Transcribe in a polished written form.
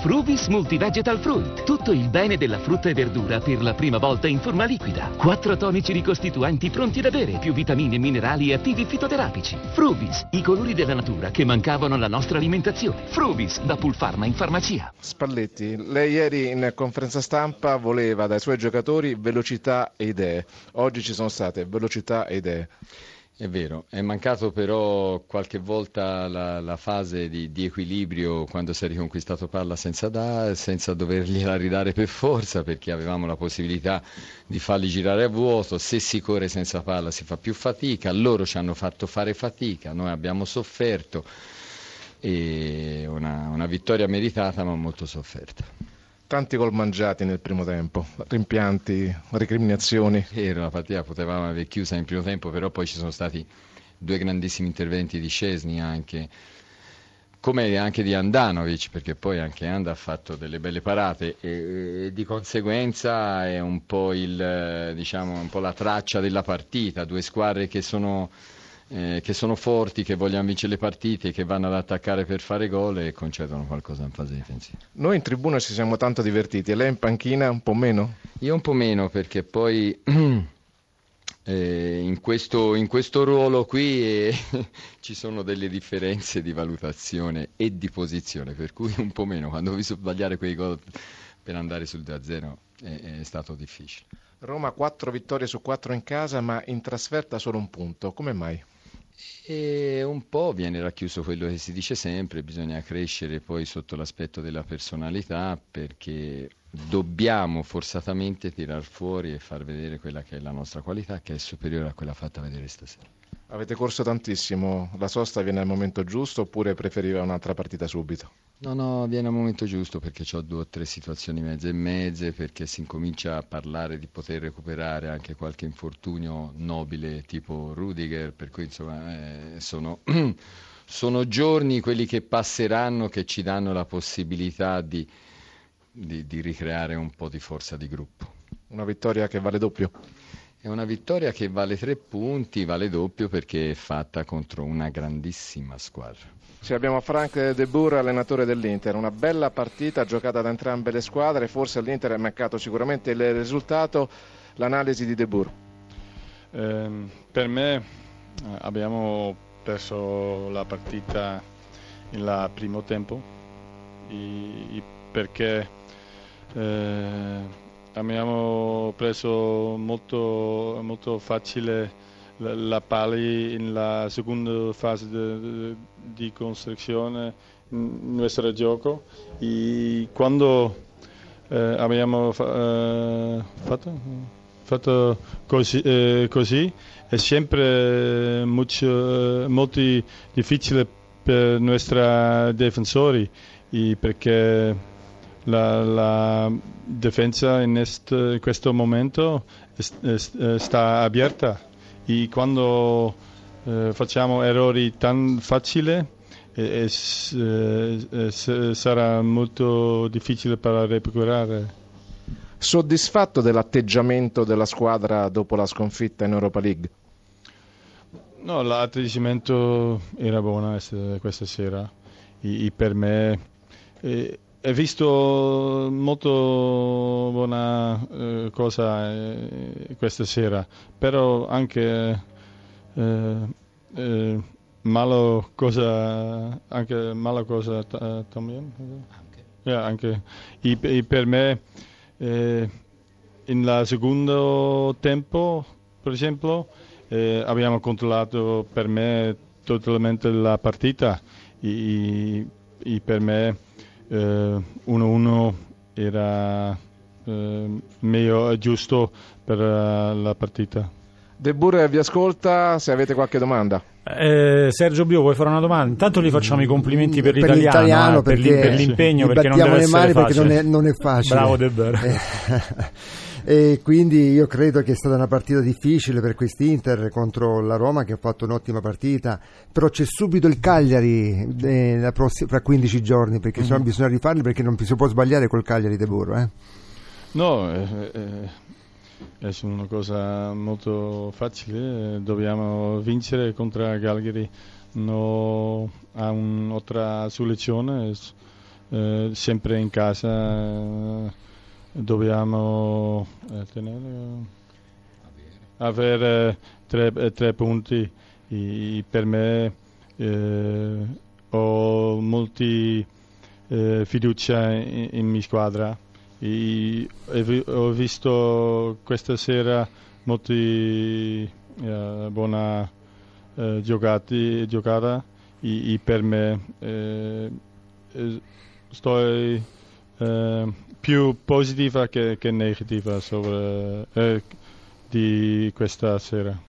Fruvis Multivegetal Fruit. Tutto il bene della frutta e verdura per la prima volta in forma liquida. 4 tonici ricostituenti pronti da bere, più vitamine, minerali e attivi fitoterapici. Fruvis, i colori della natura che mancavano alla nostra alimentazione. Fruvis, da Pulpharma in farmacia. Spalletti, lei ieri in conferenza stampa voleva dai suoi giocatori velocità e idee. Oggi ci sono state velocità e idee. È vero, è mancato però qualche volta la fase di equilibrio quando si è riconquistato palla senza dovergliela ridare per forza, perché avevamo la possibilità di farli girare a vuoto. Se si corre senza palla si fa più fatica, loro ci hanno fatto fare fatica, noi abbiamo sofferto, e una vittoria meritata ma molto sofferta. Tanti gol mangiati nel primo tempo, rimpianti, recriminazioni. La partita potevamo aver chiusa in primo tempo, però poi ci sono stati 2 grandissimi interventi di Szczesny anche, come anche di Andanovic, perché poi anche And ha fatto delle belle parate e di conseguenza è un po' un po' la traccia della partita, 2 squadre che sono forti, che vogliono vincere le partite, che vanno ad attaccare per fare gol e concedono qualcosa in fase difensiva. Noi in tribuna ci siamo tanto divertiti e lei in panchina un po' meno? Io un po' meno, perché poi in questo ruolo qui ci sono delle differenze di valutazione e di posizione, per cui un po' meno. Quando ho visto sbagliare quei gol per andare sul 2-0 è stato difficile. Roma 4 vittorie su 4 in casa, ma in trasferta solo un punto. Come mai? E un po' viene racchiuso quello che si dice sempre: bisogna crescere poi sotto l'aspetto della personalità, perché dobbiamo forzatamente tirar fuori e far vedere quella che è la nostra qualità, che è superiore a quella fatta vedere stasera. Avete corso tantissimo, la sosta viene al momento giusto oppure preferiva un'altra partita subito? No, viene al momento giusto, perché ho 2 o 3 situazioni mezze, perché si incomincia a parlare di poter recuperare anche qualche infortunio nobile tipo Rudiger, per cui insomma sono giorni quelli che passeranno, che ci danno la possibilità di ricreare un po' di forza di gruppo. Una vittoria che vale doppio? È una vittoria che vale 3 punti, vale doppio perché è fatta contro una grandissima squadra. Abbiamo Frank De Boer, allenatore dell'Inter. Una bella partita giocata da entrambe le squadre. Forse all'Inter è mancato sicuramente il risultato. L'analisi di De Boer. Per me abbiamo perso la partita nel primo tempo perché abbiamo preso molto facile la palla nella seconda fase di costruzione in nostro gioco, e quando abbiamo fatto così è sempre molto difficile per i nostri difensori, perché la difesa in questo momento sta aperta, e quando facciamo errori tan facili sarà molto difficile per recuperare. Soddisfatto dell'atteggiamento della squadra dopo la sconfitta in Europa League? No, l'atteggiamento era buono questa sera, e per me ho visto molto buona cosa questa sera, però anche mala cosa también. Anche. E per me in secondo tempo, per esempio, abbiamo controllato per me totalmente la partita, e per me 1-1 era meglio, giusto per la partita. De Boer vi ascolta, se avete qualche domanda. Sergio Bio, vuoi fare una domanda? Intanto gli facciamo i complimenti per l'italiano, per l'impegno, perché non deve essere facile. Perché non è facile. Bravo De Boer. E quindi io credo che è stata una partita difficile per quest'Inter contro la Roma, che ha fatto un'ottima partita, però c'è subito il Cagliari fra 15 giorni, perché sennò bisogna rifarli, perché non si può sbagliare col Cagliari De Boer. No, è una cosa molto facile, dobbiamo vincere contro Cagliari, non ha un'altra soluzione, sempre in casa dobbiamo avere 3 punti. Per me ho molti fiducia in mia squadra. Ho visto questa sera molti buona giocata e per me sto più positiva che negativa di questa sera.